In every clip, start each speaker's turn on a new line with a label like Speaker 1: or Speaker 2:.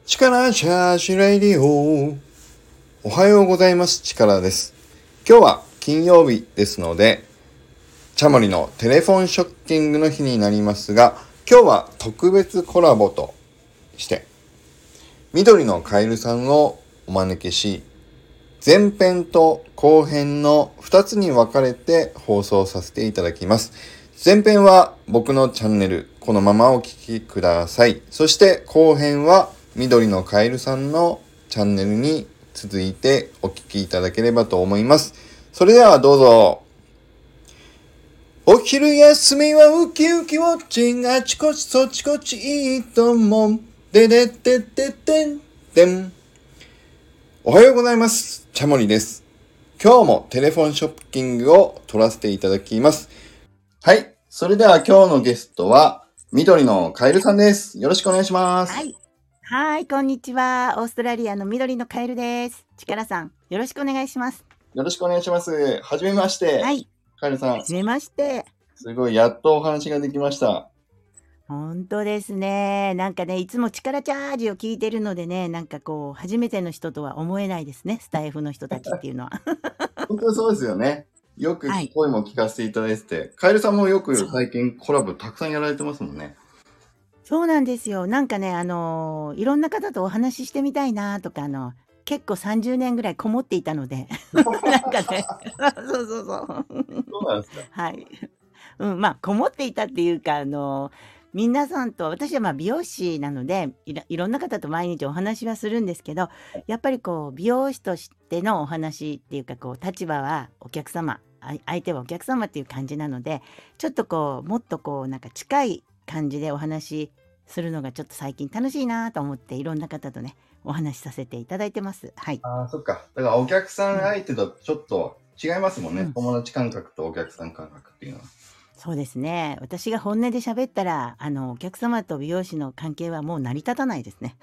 Speaker 1: 力チャージレディオ。おはようございます。力です。今日は金曜日ですので、チャモリのテレフォンショッキングの日になりますが、今日は特別コラボとして、緑のカエルさんをお招きし、前編と後編の2つに分かれて放送させていただきます。前編は僕のチャンネル、このままお聞きください。そして後編は緑のカエルさんのチャンネルに続いてお聞きいただければと思います。それではどうぞ。お昼休みはウキウキウォッチング、あちこちそちこちいいと思う。でででででんでん。おはようございます。チャモリです。今日もテレフォンショッキングを撮らせていただきます。はい。それでは今日のゲストは緑のカエルさんです。よろしくお願いします。
Speaker 2: はい。はい、こんにちは。オーストラリアの緑のカエルです。力さん、よろしくお願いします。
Speaker 1: よろしくお願いします。はじめまして。
Speaker 2: はい。
Speaker 1: カエルさん。
Speaker 2: はじめまして。
Speaker 1: すごい、やっとお話ができました。
Speaker 2: 本当ですね。なんかね、いつも力チャージを聞いてるのでね、なんかこう、初めての人とは思えないですね。スタイフの人たちっていうのは。
Speaker 1: 本当にそうですよね。よく
Speaker 2: はい。
Speaker 1: 声も聞かせていただいてて、カエルさんもよく
Speaker 2: そう。
Speaker 1: 最近コラボたくさんやられてますもんね。
Speaker 2: そうなんですよ。なんかね、いろんな方とお話ししてみたいなとか、結構30年ぐらいこもっていたので、なんかね、そうそうそう。
Speaker 1: そうなんですか。
Speaker 2: はい。まあ、こもっていたっていうか、皆さんと、私はまあ美容師なので、いろんな方と毎日お話はするんですけど、やっぱりこう、美容師としてのお話っていうか、こう、立場はお客様、相手はお客様っていう感じなので、ちょっとこう、もっとこう、なんか近い感じでお話するのがちょっと最近楽しいなと思って、いろんな方とね、お話しさせていただいてます。はい。
Speaker 1: ああ、そっか。だからお客さん相手とちょっと違いますもんね。
Speaker 2: うん。
Speaker 1: 友達感覚とお客さん感覚っていうのは。
Speaker 2: そうですね。私が本音で喋ったら、お客様と美容師の関係はもう成り立たないですね。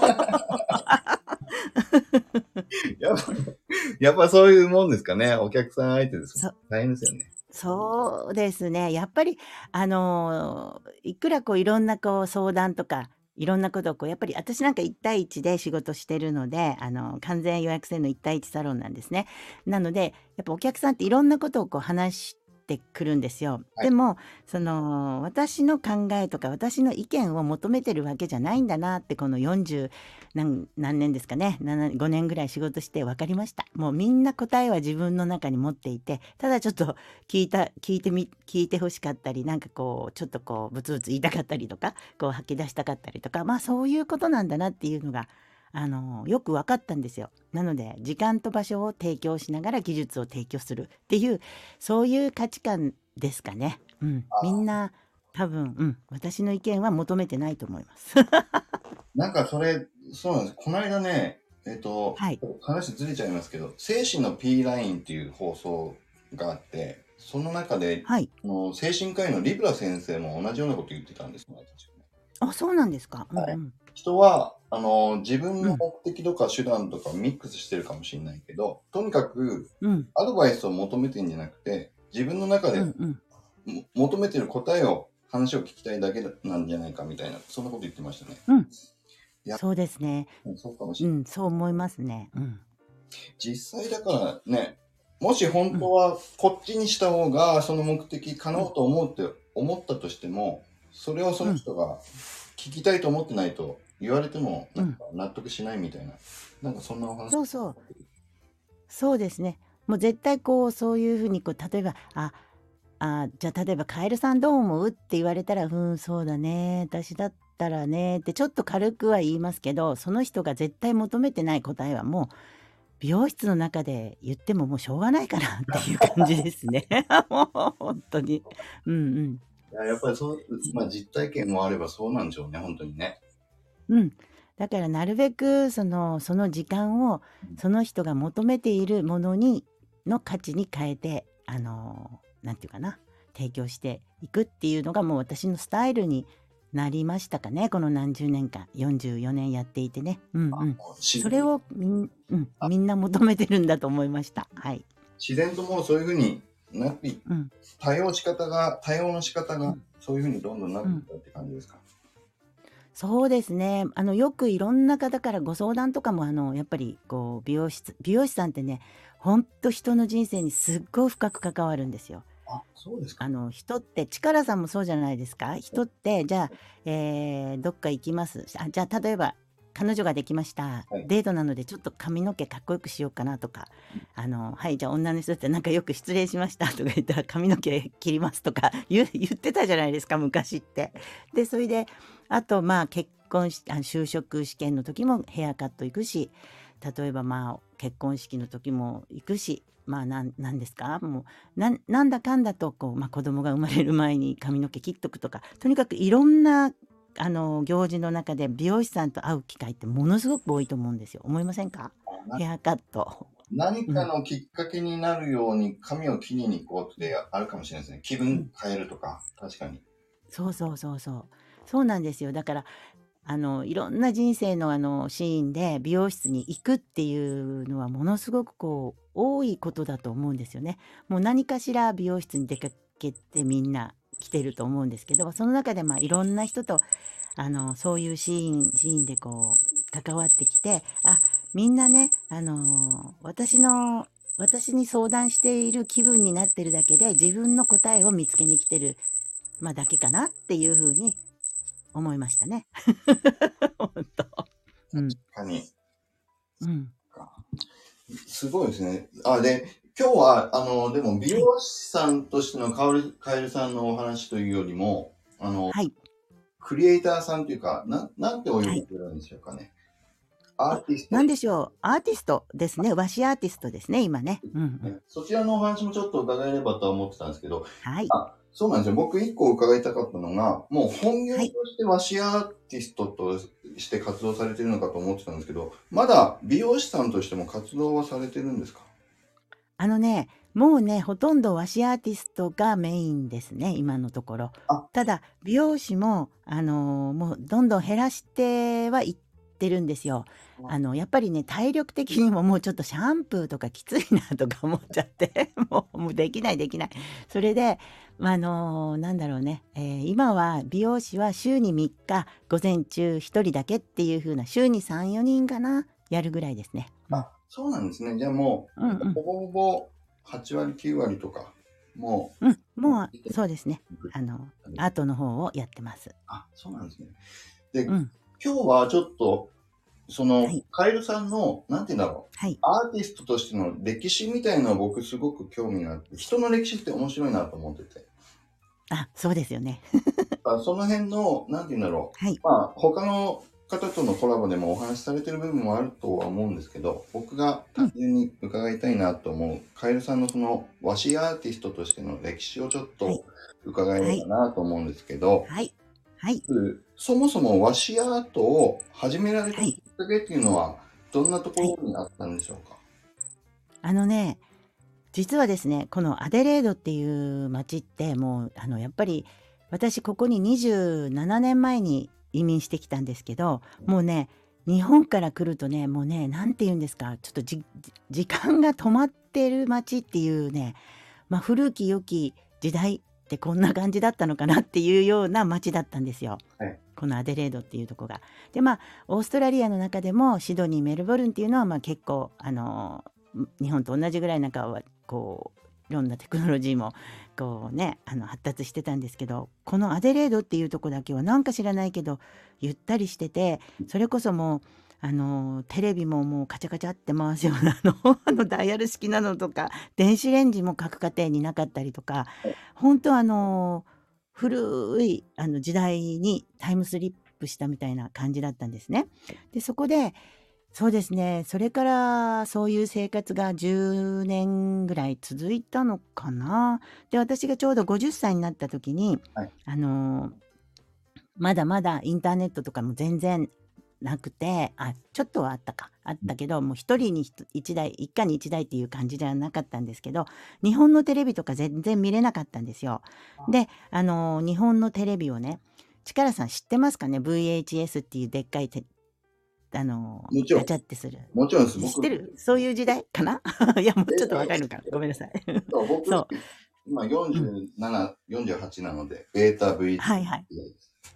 Speaker 1: やっぱ、やっぱそういうもんですかね。お客さん相手ですもん。
Speaker 2: そ
Speaker 1: 大変ですよね。
Speaker 2: そうですね。やっぱり、いくらこういろんなこう相談とか、いろんなことをこうやっぱり私なんか1対1で仕事してるので、完全予約制の1対1サロンなんですね。なので、やっぱお客さんっていろんなことをこう話してくるんですよ。
Speaker 1: はい。
Speaker 2: でも、私の考えとか私の意見を求めてるわけじゃないんだなって、この40何年ですかね、5年ぐらい仕事して分かりました。もうみんな答えは自分の中に持っていて、ただちょっと聞いて欲しかったり、なんかこう、ちょっとこう、ブツブツ言いたかったりとか、こう吐き出したかったりとか、まあそういうことなんだなっていうのが、よく分かったんですよ。なので、時間と場所を提供しながら技術を提供するっていう、そういう価値観ですかね。みんな、多分、私の意見は求めてないと思います。
Speaker 1: なんかそれ、そうなんです。この間ね、
Speaker 2: はい。
Speaker 1: 話ずれちゃいますけど、精神の P ラインっていう放送があって、その中で、
Speaker 2: はい。
Speaker 1: 精神科医のリブラ先生も同じようなこと言ってたんですね、確かね。
Speaker 2: あ、そうなんですか。
Speaker 1: はい。人は、自分の
Speaker 2: うん。
Speaker 1: 目的とか手段とかミックスしてるかもしれないけど、とにかく
Speaker 2: うん。
Speaker 1: アドバイスを求めてんじゃなくて、自分の中で
Speaker 2: うんうん。
Speaker 1: 求めてる答えを、話を聞きたいだけなんじゃないかみたいな、そんなこと言ってましたね。
Speaker 2: うん。
Speaker 1: いや、
Speaker 2: そうですね。
Speaker 1: そうかもしれない。
Speaker 2: そう思いますね。
Speaker 1: 実際だからね、もし本
Speaker 2: うん。
Speaker 1: 当はこっちにした方がその目的叶おうと思うって思ったとしても、それをそ
Speaker 2: うん。
Speaker 1: の人が聞きたいと思ってないと言われてもなんか
Speaker 2: うん。
Speaker 1: 納得しないみたいな、なんかそんなお話。
Speaker 2: そうそう。そうですね。もう絶対こう、そういうふうにこう、例えば、じゃあ例えばカエルさんどう思うって言われたら、そうだね。私だったらねってちょっと軽くは言いますけど、その人が絶対求めてない答えはもう美容室の中で言ってももうしょうがないかなっていう感じですね。もう本当に。うんうん。
Speaker 1: やっぱりそう、まあ実体験もあればそうなんでしょうね、本当にね。
Speaker 2: うん。だからなるべくその時間をその人が求めているものの価値に変えて、なんていうかな、提供していくっていうのがもう私のスタイルになりましたかね。この何十年間、44年やっていてね。
Speaker 1: 自然、
Speaker 2: それをみんな求めてるんだと思いました。はい。
Speaker 1: 自然ともうそういうふうになって、
Speaker 2: うん。
Speaker 1: 多様の仕方が
Speaker 2: うん。
Speaker 1: そういうふうにどんどんなっ
Speaker 2: うん。
Speaker 1: ていったって感じですか。
Speaker 2: そうですね。よくいろんな方からご相談とかも、やっぱり、こう、美容師さんってね、ほんと人の人生にすっごい深く関わるんですよ。
Speaker 1: あ、そうですか。
Speaker 2: 人って、チカラさんもそうじゃないですか。人って、じゃあ、どっか行きます。じゃあ、例えば、彼女ができました。
Speaker 1: はい。
Speaker 2: デートなので、ちょっと髪の毛かっこよくしようかなとか、はい、じゃあ女の人ってなんかよく失礼しましたとか言ったら髪の毛切りますとか言ってたじゃないですか、昔って。で、それで、あと、まあ、結婚し、就職試験の時もヘアカット行くし、例えばまあ、結婚式の時も行くし、まあ、なんですかもう、なんだかんだと、こう、まあ、子供が生まれる前に髪の毛切っとくとか、とにかくいろんな、行事の中で美容師さんと会う機会ってものすごく多いと思うんですよ。思いませんか？
Speaker 1: な
Speaker 2: ヘアカット。
Speaker 1: 何か
Speaker 2: うん。
Speaker 1: のきっかけになるように髪を切りに行こうってあるかもしれないですね。気分
Speaker 2: うん。
Speaker 1: 変えるとか、確かに。
Speaker 2: そうそうそうそう。そうなんですよ。だから、いろんな人生のシーンで美容室に行くっていうのはものすごくこう多いことだと思うんですよね。もう何かしら美容室に出かけてみんな来てると思うんですけど、その中でまあいろんな人とそういうシーンでこう関わってきて、みんなね、私に相談している気分になってるだけで自分の答えを見つけに来てる、まあ、だけかなっていうふうに思いましたね。本当。うん。
Speaker 1: 確かに。
Speaker 2: うん。
Speaker 1: すごいですね。あ、で、今日は、でも美
Speaker 2: はい。
Speaker 1: 容師さんとしてのカエルさんのお話というよりも、
Speaker 2: はい。
Speaker 1: クリエイターさんというか、なんてお呼
Speaker 2: はい。
Speaker 1: びするんでしょうかね。アーティスト。
Speaker 2: なんでしょう。アーティストですね。和紙アーティストですね、今ね。うんうん。
Speaker 1: そちらのお話もちょっと伺えればとは思ってたんですけど、
Speaker 2: はい。
Speaker 1: あ、そうなんですよ。僕一個伺いたかったのが、もう本業と
Speaker 2: はい。
Speaker 1: して和紙アーティストとして活動されているのかと思ってたんですけど、まだ美容師さんとしても活動はされてるんですか？
Speaker 2: もうね、ほとんど和紙アーティストがメインですね、今のところ。
Speaker 1: あ、
Speaker 2: ただ、美容師も、もうどんどん減らしてはいってるんですよ。やっぱりね、体力的にももうちょっとシャンプーとかきついなとか思っちゃって、もうできないできない。それで、なんだろうね、今は美容師は週に3日、午前中1人だけっていう風な、週に3、4人かな、やるぐらいですね。うん。
Speaker 1: そうなんですね。じゃあもう、
Speaker 2: うんうん。
Speaker 1: ほぼほぼ8割、9割とか、も
Speaker 2: うん、
Speaker 1: う、
Speaker 2: もう、そうですね。アートの方をやってます。
Speaker 1: あ、そうなんですね。で、
Speaker 2: うん。
Speaker 1: 今日はちょっと、
Speaker 2: はい。
Speaker 1: カエルさんの、なんて言うんだろう。
Speaker 2: はい。
Speaker 1: アーティストとしての歴史みたいのは僕すごく興味があって、人の歴史って面白いなと思ってて。
Speaker 2: そうですよね。
Speaker 1: その辺の、なんて言うんだろ
Speaker 2: はい。
Speaker 1: う。まあ、他の方とのコラボでもお話しされてる部分もあるとは思うんですけど、僕が単
Speaker 2: うん。
Speaker 1: 純に伺いたいなと思う、カエルさんのその和紙アーティストとしての歴史をちょっ
Speaker 2: はい。
Speaker 1: と伺えれば
Speaker 2: はい。
Speaker 1: なと思うんですけど、
Speaker 2: はい。はい。
Speaker 1: そもそも和紙アートを始められたきっ
Speaker 2: はい。
Speaker 1: かけっていうのは、どんなとこ
Speaker 2: はい。
Speaker 1: ろにあったんでしょうか？
Speaker 2: あのね、実はですね、このアデレードっていう街って、もう、やっぱり、私ここに27年前に移民してきたんですけど、もうね、日本から来るとね、もうね、なんて言うんですか、ちょっと時間が止まってる街っていうね、まあ、古き良き時代ってこんな感じだったのかなっていうような街だったんですよ。
Speaker 1: はい。
Speaker 2: このアデレードっていうとこが。で、まあ、オーストラリアの中でもシドニー、メルボルンっていうのは、まあ、結構、日本と同じぐらいなんかは、こう、いろんなテクノロジーも、こうね、発達してたんですけど、このアデレードっていうとこだけはなんか知らないけど、ゆったりしてて、それこそもう、テレビももうカチャカチャって回すようなダイヤル式なのとか、電子レンジも各家庭になかったりとか、本当古い時代にタイムスリップしたみたいな感じだったんですね。で、そこで、そうですね、それからそういう生活が10年ぐらい続いたのかな。で、私がちょうど50歳になった時に、
Speaker 1: はい。
Speaker 2: あの、まだまだインターネットとかも全然なくて、ちょっとはあったか。あったけど、もう一人に一台、一家に一台っていう感じじゃなかったんですけど、日本のテレビとか全然見れなかったんですよ。で、日本のテレビをね、力さん知ってますかね？ VHS っていうでっかいガ
Speaker 1: もちろん、
Speaker 2: チャってする。
Speaker 1: もちろんです。僕、
Speaker 2: 知ってる？そういう時代かな？いや、もうちょっと
Speaker 1: ベータ
Speaker 2: 若いのか。ごめんなさい。
Speaker 1: 僕、
Speaker 2: そう。
Speaker 1: 今
Speaker 2: うん。
Speaker 1: 47、48なので、ベータ V
Speaker 2: はいはい。
Speaker 1: です。
Speaker 2: あ、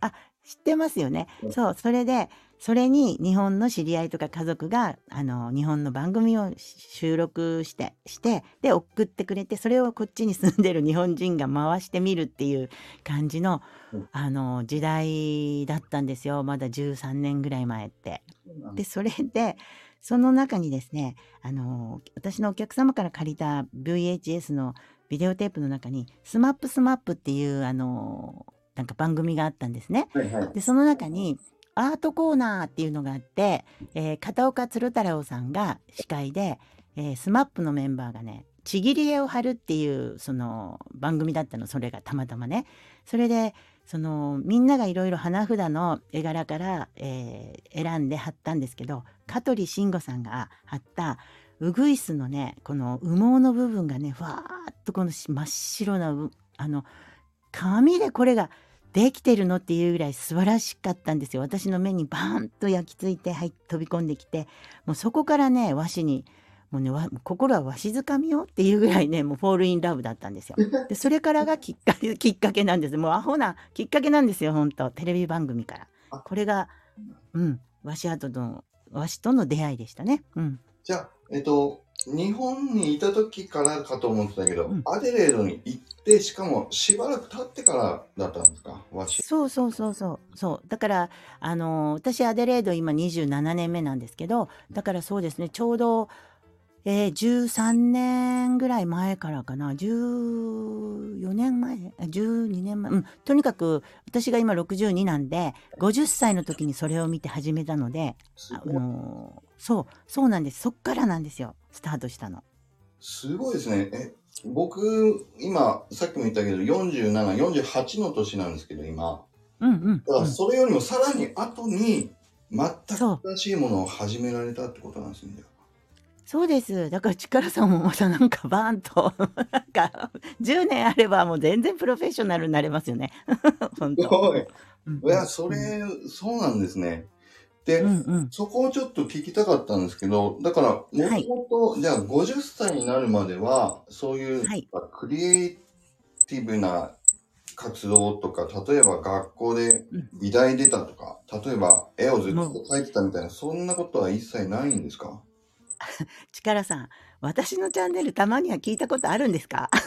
Speaker 2: 知ってますよね。そう、それで、それに日本の知り合いとか家族が、日本の番組を収録して、で、送ってくれて、それをこっちに住んでる日本人が回してみるっていう感じの、時代だったんですよ。まだ13年ぐらい前って。で、それで、その中にですね、私のお客様から借りた VHS のビデオテープの中に、スマップスマップっていう、なんか番組があったんですね。で、その中に、アートコーナーっていうのがあって、片岡鶴太郎さんが司会で、スマップのメンバーがね、ちぎり絵を貼るっていうその番組だったの、それがたまたまね。それで、みんながいろいろ花札の絵柄から、選んで貼ったんですけど、香取慎吾さんが貼ったウグイスのね、この羽毛の部分がね、ふわーっとこの真っ白な紙でこれができてるのっていうぐらい素晴らしかったんですよ。私の目にバーンと焼き付いて、はい、飛び込んできて、もうそこからね、和紙に、もうね、心はわしづかみよっていうぐらいね、もうフォールインラブだったんですよ。で、それからがきっかけなんです。もうアホなきっかけなんですよ、本当テレビ番組から。これが、和紙との出会いでしたね。
Speaker 1: じゃあ、日本にいた時からかと思ってたけど、アデレードに行って、しかもしばらく経ってからだったんですか、和紙。
Speaker 2: そう。だから、私アデレード今27年目なんですけど、だからそうですね、ちょうど、13年ぐらい前からかな、14年前、12年前、とにかく私が今62なんで、50歳の時にそれを見て始めたので、そうなんです。そっからなんですよ、スタートしたの。
Speaker 1: すごいですね。僕、今、さっきも言ったけど、47、48の年なんですけど、今。だからそれよりもさらに後に、全く新しいものを始められたってことなんですね。
Speaker 2: そうです。だから力さんもまたなんかバーンとなんか10年あればもう全然プロフェッショナルになれますよね。本当。
Speaker 1: すごい。いや、そうなんですね。で、そこをちょっと聞きたかったんですけど、だから、もともと、じゃあ50歳になるまでは、そういうクリエイティブな活動とか、例えば学校で美大出たとか、例えば絵をずっと描いてたみたいな、そんなことは一切ないんですか？
Speaker 2: 力さん、私のチャンネルたまには聞いたことあるんですか？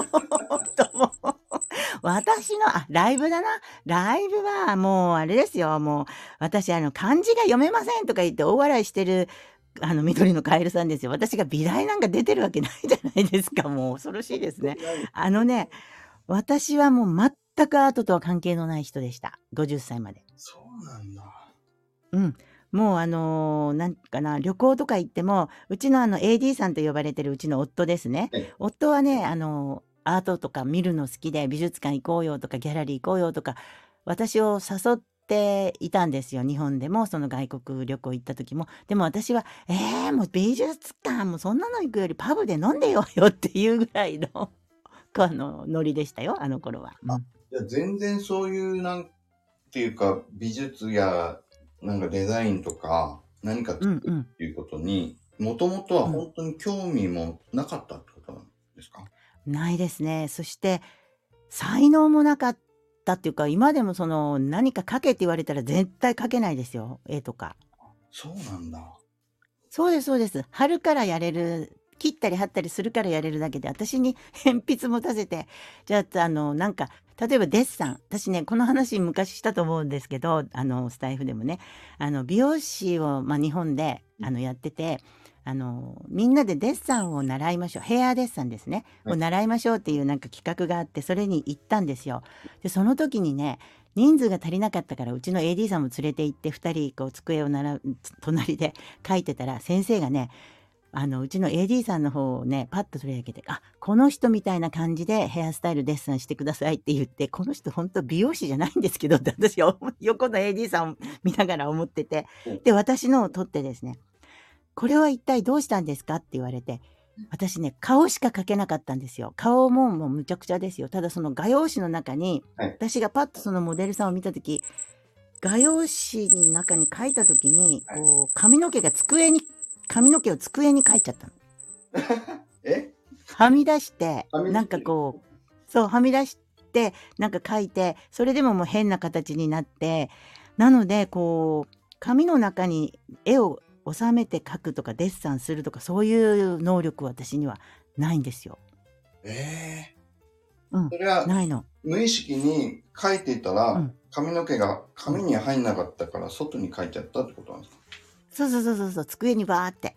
Speaker 2: 私の、ライブだな。ライブはもうあれですよ。もう私漢字が読めませんとか言って大笑いしてる緑のカエルさんですよ。私が美大なんか出てるわけないじゃないですか。もう恐ろしいですね。私はもう全くアートとは関係のない人でした。50歳まで。
Speaker 1: そうなんだ。
Speaker 2: もうなんかな、旅行とか行っても、うちのAD さんと呼ばれてるうちの夫ですね。夫はね、アートとか見るの好きで、美術館行こうよとか、ギャラリー行こうよとか、私を誘っていたんですよ。日本でも、その外国旅行行った時も。でも私は、もう美術館、もうそんなの行くよりパブで飲んでよっていうぐらいの、ノリでしたよ、あの頃は。
Speaker 1: じゃあ全然そういうなんていうか、美術やなんかデザインとか何か作るっていうことに、もともとは本当に興味もなかったってことなんですか？
Speaker 2: ないですね。そして才能もなかったっていうか、今でも何か描けって言われたら絶対描けないですよ、絵とか。
Speaker 1: そうなんだ。
Speaker 2: そうですそうです。貼るからやれる、切ったり貼ったりするからやれるだけで、私に鉛筆持たせて、じゃあ、なんか、例えばデッサン。私ね、この話昔したと思うんですけど、スタイフでもね、美容師を、日本で、やってて、みんなでデッサンを習いましょう。ヘアデッサンですね。を習いましょうっていうなんか企画があって、それに行ったんですよ。で、その時にね、人数が足りなかったから、うちの AD さんも連れて行って、2人、こう、机を隣で書いてたら、先生がね、うちの AD さんの方をね、パッと取り上げて、この人みたいな感じでヘアスタイルデッサンしてくださいって言って、この人本当美容師じゃないんですけどって私は横の AD さんを見ながら思ってて、で、私のを取ってですね、これは一体どうしたんですかって言われて、私ね、顔しか描けなかったんですよ。顔ももうむちゃくちゃですよ。ただその画用紙の中に、私がパッとそのモデルさんを見たとき、画用紙の中に描いたときに、こう、髪の毛を机に描いちゃったの。はみ出して、なんかこう、そう、はみ出しってなんか描いて、それでももう変な形になって、なのでこう紙の中に絵を収めて描くとかデッサンするとか、そういう能力は私にはないんですよ。
Speaker 1: ええ
Speaker 2: うん、
Speaker 1: それは
Speaker 2: ないの。
Speaker 1: 無意識に書いていた
Speaker 2: う
Speaker 1: ら、
Speaker 2: ん、
Speaker 1: 髪の毛が
Speaker 2: うん。
Speaker 1: 紙に入んなかったから外に書いちゃったってことなんですか？
Speaker 2: そうそうそうそうそう、机にバーって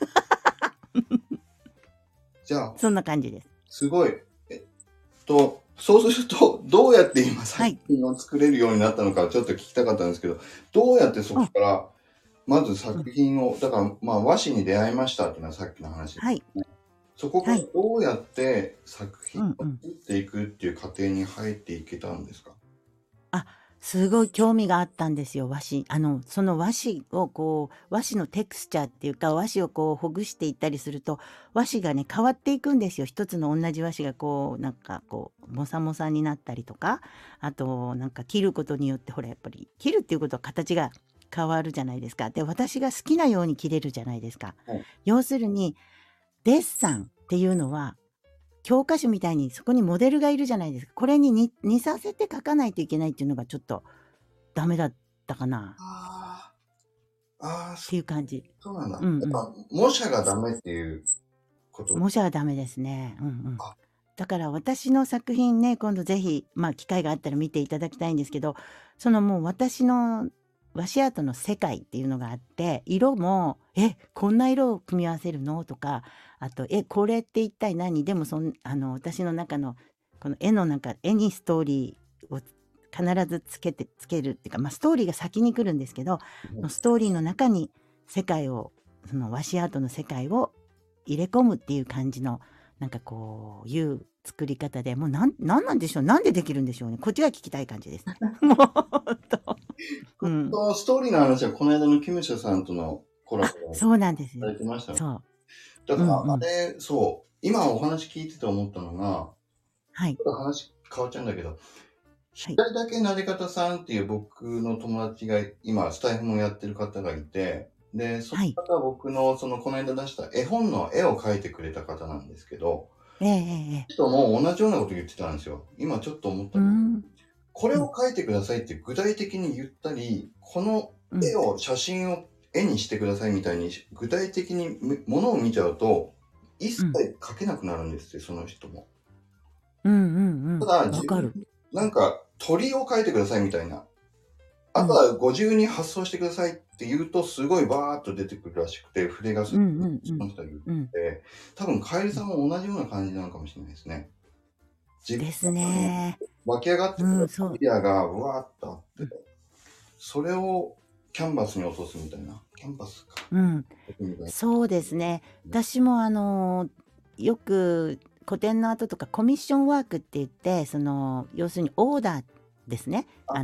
Speaker 1: じゃあ、
Speaker 2: そんな感じです。
Speaker 1: すごい。そうすると、どうやって今作
Speaker 2: はい。
Speaker 1: 品を作れるようになったのかちょっと聞きたかったんですけど、どうやってそこ
Speaker 2: うん、
Speaker 1: からまず
Speaker 2: うん。
Speaker 1: 作品を、だからまあ和紙に出会いましたっていうのはさっきの話です
Speaker 2: はい。
Speaker 1: ね。そこから
Speaker 2: はい。
Speaker 1: どうやって作品を
Speaker 2: うんうん。
Speaker 1: 作っていくっていう過程に入っていけたんですか？
Speaker 2: あ、すごい興味があったんですよ、和紙。その和紙をこう、和紙のテクスチャーっていうか、和紙をこうほぐしていったりすると、和紙がね、変わっていくんですよ。一つの同じ和紙がこう、なんかこう、もさもさになったりとか、あと、なんか切ることによって、ほら、やっぱり、切るっていうことは形が変わるじゃないですか。で、私が好きなように切れるじゃないですか。
Speaker 1: はい。
Speaker 2: 要するに、デッサンっていうのは、教科書みたいにそこにモデルがいるじゃないですか。これに似させて書かないといけないっていうのがちょっとダメだったかな
Speaker 1: ああ、ああ、
Speaker 2: っていう感じ。
Speaker 1: そうなんだ。やっ
Speaker 2: うんうん。
Speaker 1: ぱ模写がダメっていうこと。
Speaker 2: 模写はダメですね。うんうん。
Speaker 1: あ、
Speaker 2: だから私の作品ね、今度ぜひ、まあ機会があったら見ていただきたいんですけど、そのもう私の和紙アートの世界っていうのがあって、色も、こんな色を組み合わせるのとか、あと、これって一体何でも私の中の、この絵の中、絵にストーリーを必ずつけるっていうか、まあストーリーが先に来るんですけど、そのストーリーの中に世界を、その和紙アートの世界を入れ込むっていう感じの、なんかこういう作り方で、もうなんなんでしょう、なんでできるんでしょうね。こっちが聞きたい感じですね。もうほんと。うん。
Speaker 1: そのストーリーの話はこの間のキムシャさんとのコラ
Speaker 2: あ、
Speaker 1: ボを
Speaker 2: そうなんですよ。
Speaker 1: されてましたね。
Speaker 2: そう。
Speaker 1: だから、
Speaker 2: うんうん。
Speaker 1: そう、今お話聞いてて思ったのが、
Speaker 2: はい。
Speaker 1: ちょっと話変わっちゃうんだけど、一
Speaker 2: はい。
Speaker 1: 人だけなで方さんっていう僕の友達が今、スタイフもやってる方がいて、で、その
Speaker 2: はい。
Speaker 1: 方は僕のこの間出した絵本の絵を描いてくれた方なんですけど、
Speaker 2: ええええええ。
Speaker 1: 人も同じようなこと言ってたんですよ。今ちょっと思ったの。
Speaker 2: うーん。
Speaker 1: これ
Speaker 2: うん。
Speaker 1: を描いてくださいって具体的に言ったり、この
Speaker 2: うん。
Speaker 1: 写真を絵にしてくださいみたいに具体的にものを見ちゃうと、一
Speaker 2: うん。
Speaker 1: 切描けなくなるんですって、その人も。
Speaker 2: うんうんうん。
Speaker 1: ただ、自分、
Speaker 2: わかる。
Speaker 1: なんか鳥を描いてくださいみたいな。
Speaker 2: うん。
Speaker 1: あとはご自由に発想してくださいって言うと、すごいバーっと出てくるらしくて、筆がす
Speaker 2: うん
Speaker 1: ぐ
Speaker 2: うんうん。
Speaker 1: その人は言っ
Speaker 2: うん。
Speaker 1: て、多分カエル
Speaker 2: うん。
Speaker 1: さんも同じような感じなのかもしれないですね。自分
Speaker 2: です
Speaker 1: の中に
Speaker 2: ね。
Speaker 1: 湧き上がって
Speaker 2: う
Speaker 1: くる
Speaker 2: ん、そう。
Speaker 1: アイディアがうわーっとあって、
Speaker 2: うん。
Speaker 1: それをキャンバスに落とすみたいな。キャンバスか。
Speaker 2: うん。
Speaker 1: みたい
Speaker 2: そうですね。私もよく古典のアートとかコミッションワークって言って、要するにオーダーですね。
Speaker 1: な。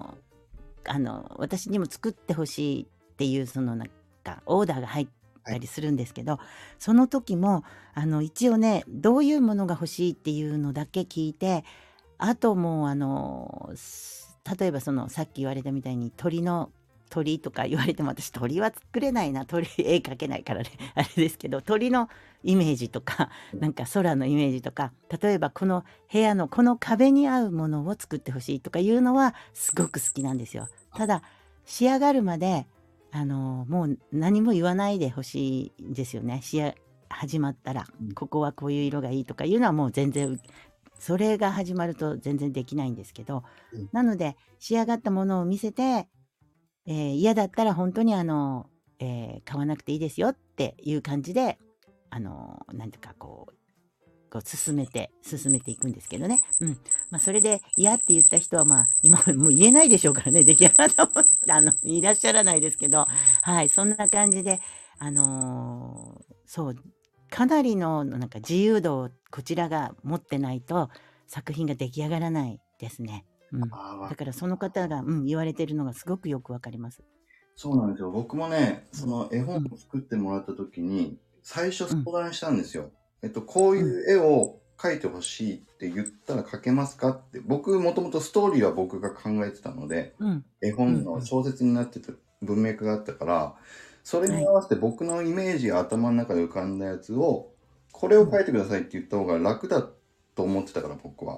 Speaker 2: 私にも作ってほしいっていう、なんかオーダーが入っ
Speaker 1: はい。
Speaker 2: たりするんですけど、その時も、一応ね、どういうものが欲しいっていうのだけ聞いて、あともう例えばさっき言われたみたいに鳥とか言われても、私鳥は作れないな、絵描けないからねあれですけど、鳥のイメージとかなんか空のイメージとか、例えばこの部屋のこの壁に合うものを作ってほしいとかいうのはすごく好きなんですよ。ただ仕上がるまでもう何も言わないでほしいんですよね。始まったらここはこういう色がいいとかいうのはもう全然それが始まると全然できないんですけど、
Speaker 1: うん。
Speaker 2: なので仕上がったものを見せて、嫌だったら本当に買わなくていいですよっていう感じで、なんていうか進めていくんですけどね。うん。まあ、それで嫌って言った人は、まあ、今もう言えないでしょうからね、出来上がったもんいらっしゃらないですけど、はい、そんな感じで、そう、かなりのなんか自由度をこちらが持ってないと作品が出来上がらないですね。うん。
Speaker 1: ああ、
Speaker 2: だからその方が、言われてるのがすごくよくわかります。
Speaker 1: そうなんですよ。僕もね、
Speaker 2: うん。
Speaker 1: その絵本を
Speaker 2: うん。
Speaker 1: 作ってもらった時に、最初
Speaker 2: うん。
Speaker 1: 相談したんですよ。こうい
Speaker 2: うん。
Speaker 1: う絵を描いてほしいって言ったら描けますかって。僕、もともとストーリーは僕が考えてたので、
Speaker 2: うん。
Speaker 1: 絵
Speaker 2: うん。うん。
Speaker 1: 本の小説になってた文脈があったから、それに
Speaker 2: はい。
Speaker 1: 合わせて僕のイメージが頭の中で浮かんだやつを、これを
Speaker 2: うん。
Speaker 1: 描いてくださいって言った方が楽だと思ってたから、僕は。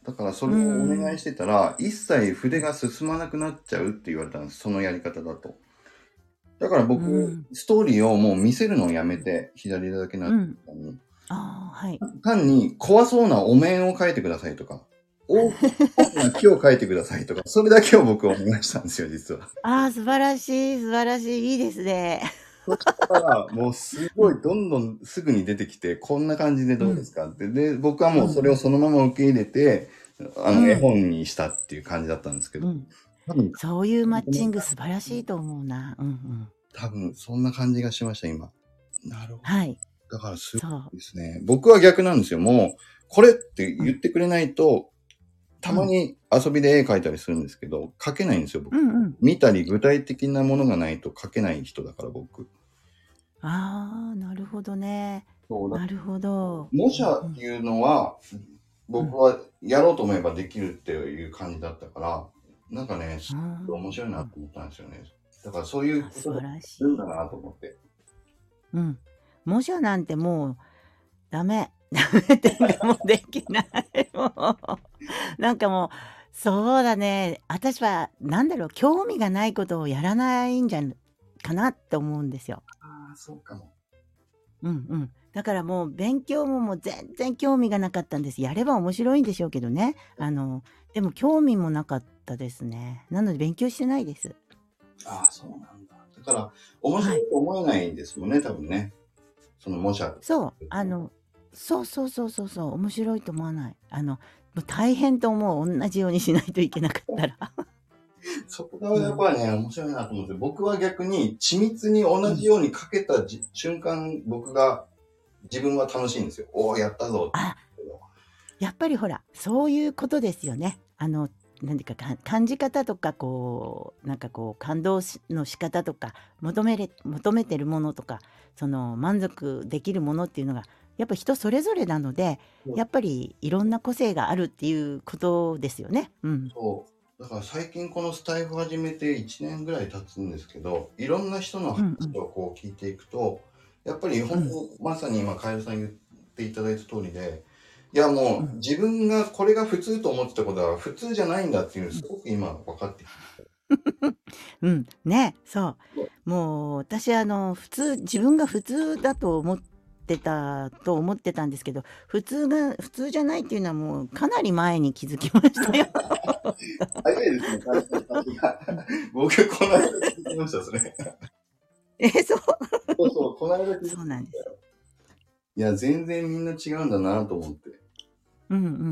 Speaker 1: だからそ
Speaker 2: う
Speaker 1: れをお願い
Speaker 2: ん。
Speaker 1: してたら、一切筆が進まなくなっちゃうって言われたんです。そのやり方だと。だから
Speaker 2: う
Speaker 1: 僕、
Speaker 2: ん。
Speaker 1: ストーリーをもう見せるのをやめて、左だけなっ
Speaker 2: うん。
Speaker 1: たに、
Speaker 2: ああ、はい。
Speaker 1: 単に怖そうなお面を描いてくださいとか、大きな木を描いてくださいとか、それだけを僕お願いしたんですよ、実は。
Speaker 2: ああ、素晴らしい、素晴らしい。いいですね。
Speaker 1: そしたら、もうす
Speaker 2: うん。
Speaker 1: ごいどんどんすぐに出てきて、こんな感じで
Speaker 2: うん。
Speaker 1: どうですかって。で、僕は
Speaker 2: うん。
Speaker 1: もうそれをそのまま受け入れて、絵
Speaker 2: うん。
Speaker 1: 本にしたっていう感じだったんですけど、
Speaker 2: うん。
Speaker 1: 多分、
Speaker 2: そういうマッチング素晴らしいと思うな。うんうん。
Speaker 1: 多分そんな感じがしました、今。なるほど。
Speaker 2: はい。
Speaker 1: だからす
Speaker 2: そう。
Speaker 1: ごいですね。僕は逆なんですよ。もう、これって
Speaker 2: うん。
Speaker 1: 言ってくれないと、た
Speaker 2: うん。
Speaker 1: まに遊びで絵描いたりするんですけど、描けないんですよ、僕。
Speaker 2: うんうん。
Speaker 1: 見たり具体的なものがないと描けない人だから、僕。
Speaker 2: ああ、なるほどね。
Speaker 1: そうだ。
Speaker 2: なるほど。
Speaker 1: 模
Speaker 2: うんうん。
Speaker 1: 写っていうのは、
Speaker 2: うん。
Speaker 1: 僕はやろうと思えばできるっていう感じだったから、なんかね、す
Speaker 2: う
Speaker 1: ごい面
Speaker 2: ん。
Speaker 1: 白いなと思ったんですよね。だからそういう
Speaker 2: あ、
Speaker 1: ことで
Speaker 2: 素晴らし
Speaker 1: するんだ
Speaker 2: い。
Speaker 1: なと思って。
Speaker 2: うん。模写なんてもうダメ。ダメっていうかもうできない。もう。なんかもう、そうだね。私はなんだろう、興味がないことをやらないんじゃかなって思うんですよ。
Speaker 1: ああ、そうかも。
Speaker 2: うんうん。だからもう勉強ももう全然興味がなかったんです。やれば面白いんでしょうけどね。でも興味もなかったですね。なので勉強してないです。
Speaker 1: ああ、そうなんだ。だから、面
Speaker 2: はい。
Speaker 1: 白いと思えないんですもんね、多分ね。その模写。
Speaker 2: そう、そうそうそうそうそう、面白いと思わない。もう大変と思う。同じようにしないといけなかったら。
Speaker 1: そこが
Speaker 2: うん。
Speaker 1: やっぱりね、面白いなと思って、僕は逆に緻密に同じ
Speaker 2: うん。
Speaker 1: ように描けた瞬間、自分は楽しいんですよ。おお、やったぞ。
Speaker 2: あ、やっぱりほら、そういうことですよね。何か感じ方とか、こう、なんかこう、感動の仕方とか、求めてるものとか、その満足できるものっていうのが、やっぱ人それぞれなので、やっぱりいろんな個性があるっていうことですよね。うん。
Speaker 1: そう。だから最近このスタイフ始めて1年ぐらい経つんですけど、いろんな人の話
Speaker 2: うんうん。
Speaker 1: をこう聞いていくと、やっぱり本当
Speaker 2: うん。
Speaker 1: にまさに今カエルさん言っていただいた通りで、いやもう
Speaker 2: うん。
Speaker 1: 自分がこれが普通と思ってたことは普通じゃないんだっていうのすごく今分かってき
Speaker 2: うん、ね、そ
Speaker 1: て。
Speaker 2: う。もう私自分が普通だと思ってたんですけど、普通じゃないっていうのはもうかなり前に気づきましたよ。
Speaker 1: 早いですね、カエルさんの感じが。
Speaker 2: うん。
Speaker 1: 僕この間気づきました、それ。
Speaker 2: そう。
Speaker 1: そうそう、この間気づき
Speaker 2: そうなんです。
Speaker 1: いや、全然みんな違うんだなと思って。
Speaker 2: うんうんうん。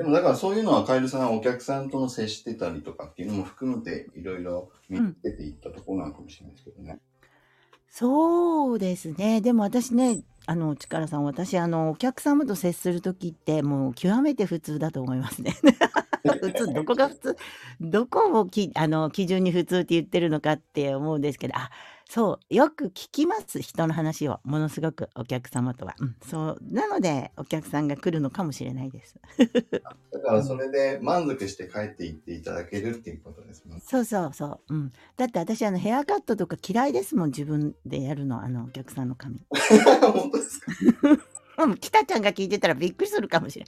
Speaker 1: でもだからそういうのはカエルさんはお客さんとの接してたりとかっていうのも含めていろいろ見つ
Speaker 2: うん。
Speaker 1: けていったところなのかもしれないですけどね。
Speaker 2: そうですね。でも私ね、チカラさん、私お客様と接する時ってもう極めて普通だと思いますね。普通、どこが普通、どこを基準に普通って言ってるのかって思うんですけど、あ、そう、よく聞きます、人の話を、ものすごくお客様とは。うん、そう、なので、お客さんが来るのかもしれないです。
Speaker 1: だか
Speaker 2: うん。
Speaker 1: らそれで満足して帰っていっていただけるっていうことですもんね。
Speaker 2: そうそうそう。うん。だって私ヘアカットとか嫌いですもん、自分でやるの、お客さんの髪。
Speaker 1: 本当ですか？
Speaker 2: うん、キタちゃんが聞いてたらびっくりするかもしれん。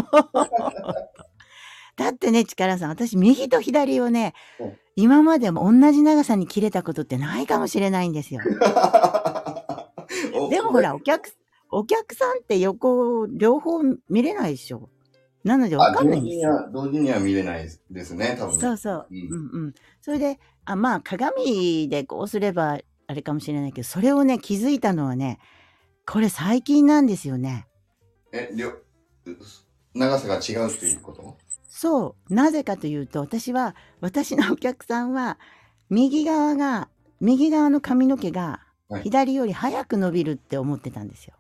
Speaker 2: だってね、チカラさん、私右と左をね、
Speaker 1: うん。
Speaker 2: 今までも同じ長さに切れたことってないかもしれないんですよ。でもほら、お客さんって横を両方見れないでしょ。なのでわ
Speaker 1: あ、
Speaker 2: かんないんですよ。
Speaker 1: 同時には見れないですね、多分ね。
Speaker 2: そうそう。
Speaker 1: うん。
Speaker 2: うんうん。それで、まあ、鏡でこうすればあれかもしれないけど、それをね、気づいたのはね、これ最近なんですよね。
Speaker 1: え、長さが違うっていうこと？
Speaker 2: そう。なぜかというと、私のお客さんは、右側が右側の髪の毛が
Speaker 1: はい。
Speaker 2: 左より早く伸びるって思ってたんですよ。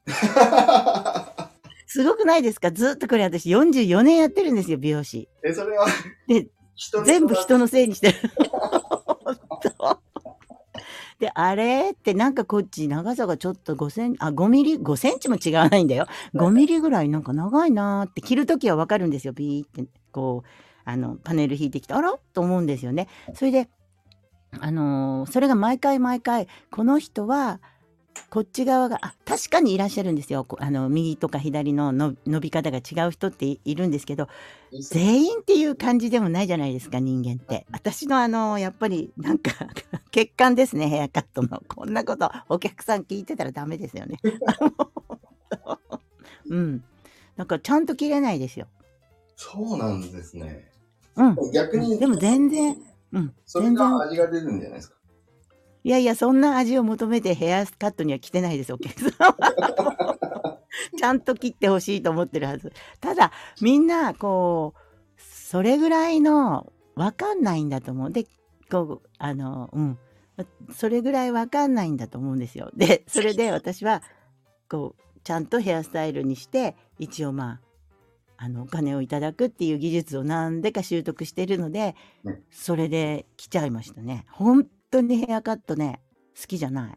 Speaker 2: すごくないですか？ずっとこれ私44年やってるんですよ、美容師。
Speaker 1: それは
Speaker 2: で、
Speaker 1: 人に育
Speaker 2: 全部人のせいにしてる。ほんと。で、あれってなんかこっち長さがちょっと5ミリ、5センチも違わないんだよ。5ミリぐらいなんか長いなって着るときはわかるんですよ。ビーってこう、パネル引いてきて、あらと思うんですよね。それで、それが毎回毎回、この人はこっち側が、確かにいらっしゃるんですよ。右とか左の伸び方が違う人っているんですけど、全員っていう感じでもないじゃないですか、人間って。私のやっぱりなんか欠陥ですね、ヘアカットの。こんなことお客さん聞いてたらダメですよね。うん。なんかちゃんと切れないですよ。
Speaker 1: そうなんですね。
Speaker 2: うん。
Speaker 1: 逆に、
Speaker 2: でも全然、
Speaker 1: それが味が出るんじゃないですか。
Speaker 2: いやいや、そんな味を求めてヘアカットには来てないです、お客さんは。ちゃんと切ってほしいと思ってるはず。ただ、みんな、それぐらいの、わかんないんだと思う。で、それぐらいわかんないんだと思うんですよ。で、それで私は、ちゃんとヘアスタイルにして、一応お金をいただくっていう技術を何でか習得してるので、それで来ちゃいましたね。本当にヘアカットね、好きじゃない。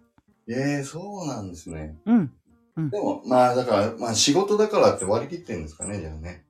Speaker 1: そうなんですね。
Speaker 2: で
Speaker 1: も、だから、仕事だからって割り切ってるんですかね、じゃあね。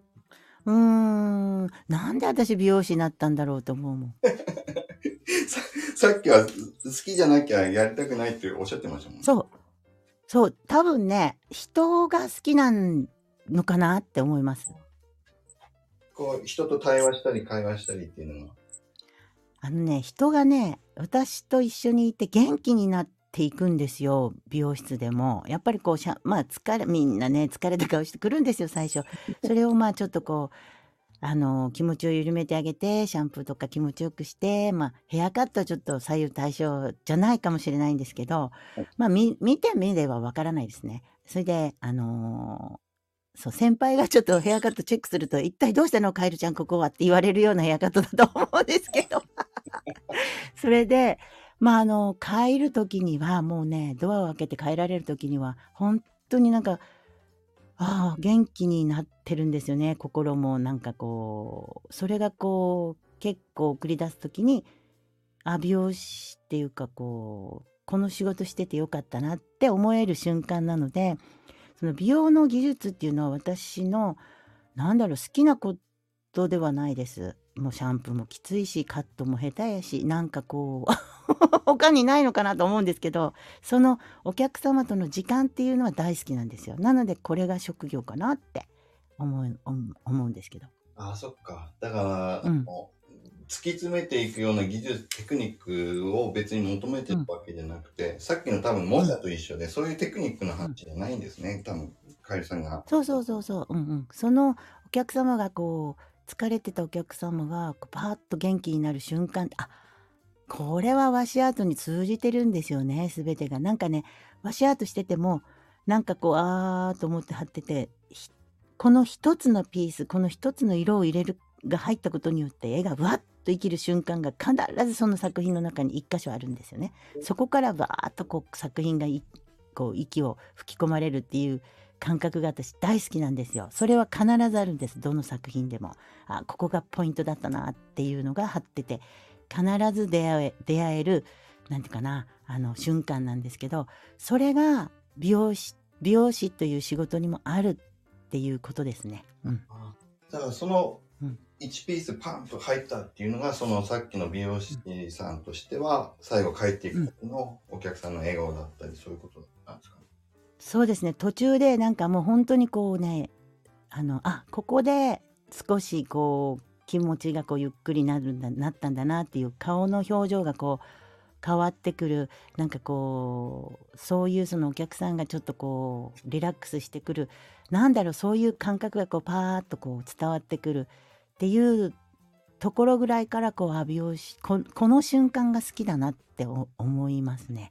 Speaker 2: なんで私美容師になったんだろうと思うもん。
Speaker 1: さっきは好きじゃなきゃやりたくないっておっしゃってましたもんね。
Speaker 2: そう、多分ね、人が好きなのかなって思います。
Speaker 1: 人と対話したり会話したりっていうのは。
Speaker 2: 人がね、私と一緒にいて元気になっていくんですよ、美容室でも。やっぱりみんなね、疲れた顔してくるんですよ、最初。それをちょっと気持ちを緩めてあげて、シャンプーとか気持ちよくして、ヘアカットはちょっと左右対称じゃないかもしれないんですけど、見てみればわからないですね。それで、そう、先輩がちょっとヘアカットチェックすると、一体どうしたのカエルちゃんここはって言われるようなヘアカットだと思うんですけど。それで、帰る時にはもうね、ドアを開けて帰られる時には、本当になんか、元気になってるんですよね、心も。それが結構送り出す時に、美容師っていうかこの仕事しててよかったなって思える瞬間なので、その美容の技術っていうのは私の、好きなことではないです。もうシャンプーもきついし、カットも下手やし、他にないのかなと思うんですけど、そのお客様との時間っていうのは大好きなんですよ。なのでこれが職業かなって思うんですけど。
Speaker 1: そっか。だから、突き詰めていくような技術、テクニックを別に求めてるわけじゃなくて、さっきの多分モジャと一緒で、そういうテクニックの話じゃないんですね、多分、カエルさんが。
Speaker 2: そう。そのお客様が疲れてたお客様がパーッと元気になる瞬間、これはワシアートに通じてるんですよね、すべてが。なんかね、ワシアートしてても、と思って貼ってて、この一つのピース、この一つの色を入れるが入ったことによって絵がわっと生きる瞬間が必ずその作品の中に一箇所あるんですよね。そこからバーッと作品が息を吹き込まれるっていう感覚が私大好きなんですよ。それは必ずあるんです、どの作品でも。ここがポイントだったなっていうのが貼ってて、必ず出会える、なんていうかな、瞬間なんですけど、それが美容師という仕事にもあるっていうことですね。
Speaker 1: だからその1ピースパンと入ったっていうのが、そのさっきの美容師さんとしては、最後帰っていく時のお客さんの笑顔だったり、そういうことなんですかね。
Speaker 2: そうですね。途中でもう本当にここで少し気持ちがゆっくりなったんだなっていう顔の表情が変わってくる、そういうそのお客さんがちょっとリラックスしてくる、そういう感覚がパーッと伝わってくるっていうところぐらいから美容師、この瞬間が好きだなって思いますね。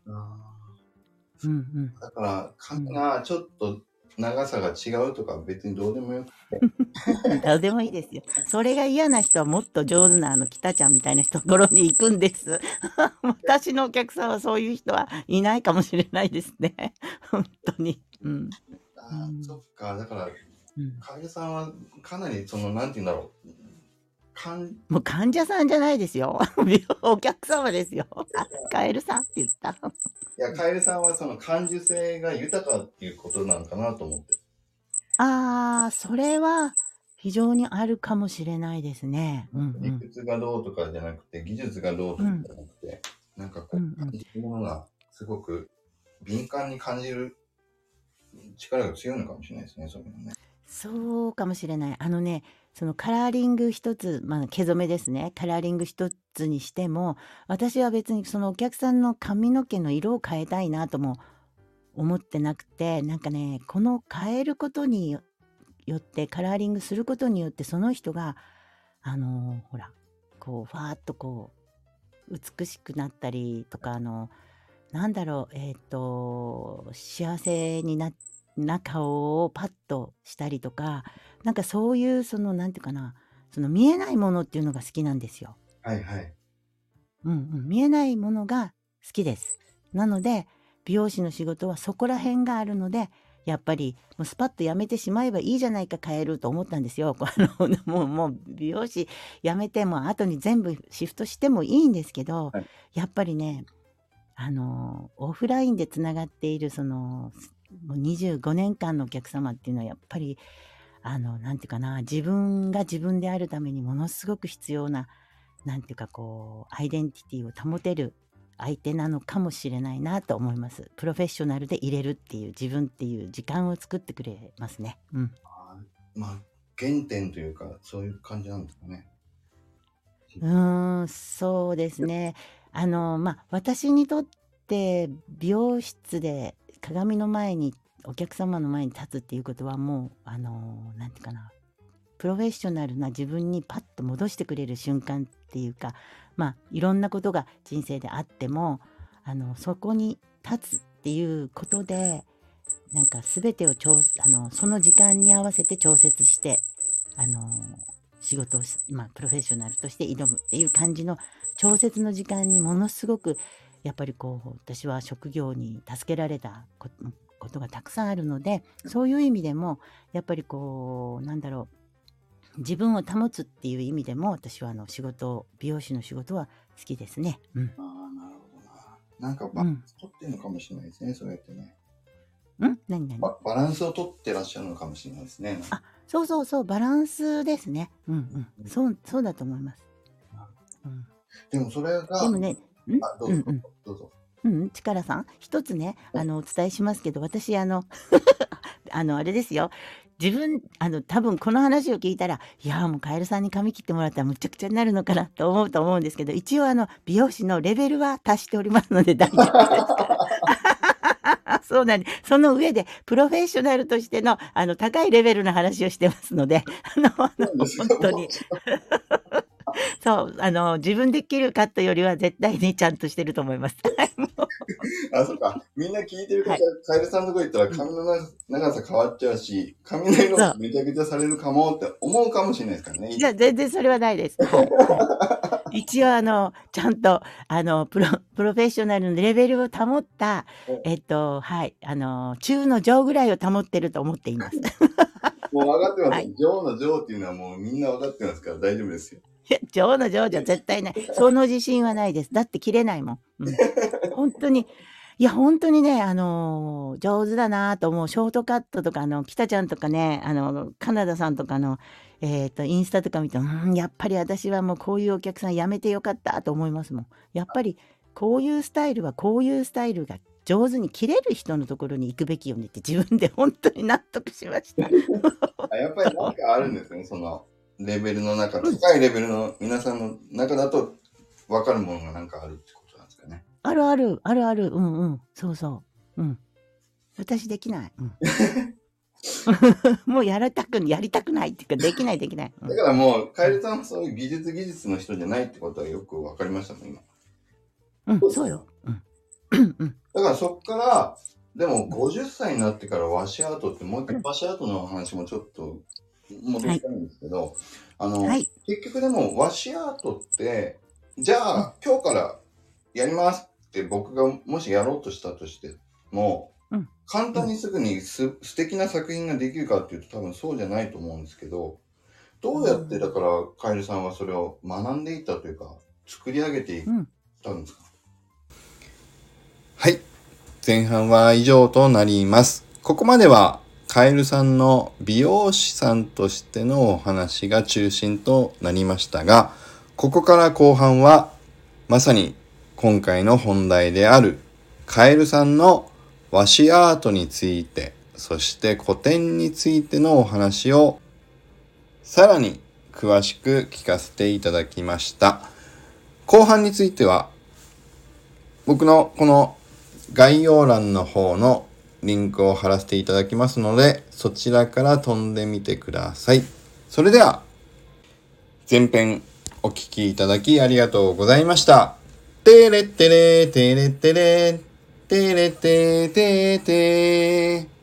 Speaker 1: だから髪がちょっと長さが違うとか別にどうでもよくて
Speaker 2: どうでもいいですよ。それが嫌な人はもっと上手な北ちゃんみたいなところに行くんです。私のお客さんはそういう人はいないかもしれないですね。本当に。
Speaker 1: そっか。だから、カエルさんはかなりなんて言うんだろう。
Speaker 2: もう患者さんじゃないですよ。お客様ですよ。カエルさんって言った。
Speaker 1: いや、カエルさんはその感受性が豊かっていうことなのかなと思って。
Speaker 2: それは非常にあるかもしれないですね。
Speaker 1: 理屈がどうとかじゃなくて、技術がどうとかじゃなくて、感じるものがすごく敏感に感じる力が強いのかもしれないですね、そういうのね。
Speaker 2: そうかもしれない。そのカラーリング一つ、毛染めですね。カラーリング一つにしても、私は別にそのお客さんの髪の毛の色を変えたいなとも思ってなくて、なんかね、この変えることによってカラーリングすることによってその人がほらこうファーッとこう美しくなったりとかなんだろう幸せにな顔をパッとしたりとか、なんかそういうなんていうかな、その見えないものっていうのが好きなんですよ。
Speaker 1: はいはい。
Speaker 2: 見えないものが好きです。なので美容師の仕事はそこら辺があるので、やっぱりもうスパッと辞めてしまえばいいじゃないか、変えると思ったんですよ。もう美容師辞めても後に全部シフトしてもいいんですけど、
Speaker 1: はい
Speaker 2: やっぱりねオフラインでつながっているもう25年間のお客様っていうのはやっぱりなんていうかな、自分が自分であるためにものすごく必要な、なんていうかこうアイデンティティを保てる相手なのかもしれないなと思います。プロフェッショナルで入れるっていう自分っていう時間を作ってくれますね。
Speaker 1: 原点というか、そういう感じなんですかね。
Speaker 2: そうですね。私にとって美容室で鏡の前にお客様の前に立つっていうことはもうなんていうかな、プロフェッショナルな自分にパッと戻してくれる瞬間っていうか、いろんなことが人生であってもそこに立つっていうことで、なんか全てをその時間に合わせて調節して仕事をプロフェッショナルとして挑むっていう感じの調節の時間にものすごくやっぱりこう私は職業に助けられたことがたくさんあるので、そういう意味でもやっぱりこうなんだろう、自分を保つっていう意味でも私は美容師の仕事は好きですね。
Speaker 1: なるほどな。なんかバランス取ってるのかもしれないですね、そうやってね。
Speaker 2: 何
Speaker 1: バランスを取ってらっしゃるのかもしれないですね。
Speaker 2: そうバランスですね。そうだと思います。
Speaker 1: でもそれが
Speaker 2: でもね、
Speaker 1: どうぞ。
Speaker 2: 力さん一つねお伝えしますけど、私あれですよ、自分多分この話を聞いたら、いやもうカエルさんに髪切ってもらったらむちゃくちゃになるのかなと思うと思うんですけど、一応美容師のレベルは達しておりますので大丈夫ですからそうなんです。その上でプロフェッショナルとしての高いレベルの話をしてますので、本当にそう自分で切るカットよりは絶対にちゃんとしてると思います。
Speaker 1: そうか。みんな聞いてる方、カエルさんのとこ行ったら髪の長さ変わっちゃうし、髪の色めちゃくちゃされるかもって思うかもしれないですからね。
Speaker 2: いや、全然それはないです。一応ちゃんとプロフェッショナルのレベルを保った中の上ぐらいを保ってると思っています。
Speaker 1: もう分かってます。上の上っていうのはもうみんな分かってますから大丈夫ですよ。
Speaker 2: いや、上の上じゃ絶対ない。その自信はないです。だって切れないもん。本当に。いや、本当にね、上手だなと思う。ショートカットとか、北ちゃんとかね、カナダさんとかの、インスタとか見て、やっぱり私はもうこういうお客さんやめてよかったと思いますもん。やっぱり、こういうスタイルはこういうスタイルが上手に切れる人のところに行くべきよねって自分で本当に納得しました。
Speaker 1: やっぱり何かあるんですね、そのレベルの中、高いレベルの皆さんの中だと分かるものが何かあるってことなんですかね。
Speaker 2: ある。そうそう。私できない。もうやりたくないっていうか、できない。
Speaker 1: だからもう、カエルさんはそういう技術の人じゃないってことはよく分かりましたもん、
Speaker 2: 今。そうよ。
Speaker 1: だからそっから、でも50歳になってからワシアートって、もう一回ワシアートの話もちょっと戻りたいんですけど、結局でもワシアートって、じゃあ、今日からやりますって僕がもしやろうとしたとしても、簡単にすぐに素敵な作品ができるかっていうと多分そうじゃないと思うんですけど、どうやってだからカエルさんはそれを学んでいったというか作り上げていったんですか？はい、前半は以上となります。ここまではカエルさんの美容師さんとしてのお話が中心となりましたが、ここから後半はまさに今回の本題であるカエルさんの和紙アートについて、そして古典についてのお話をさらに詳しく聞かせていただきました。後半については僕のこの概要欄の方のリンクを貼らせていただきますので、そちらから飛んでみてください。それでは前編お聞きいただきありがとうございました。てれってれてれってれてれててて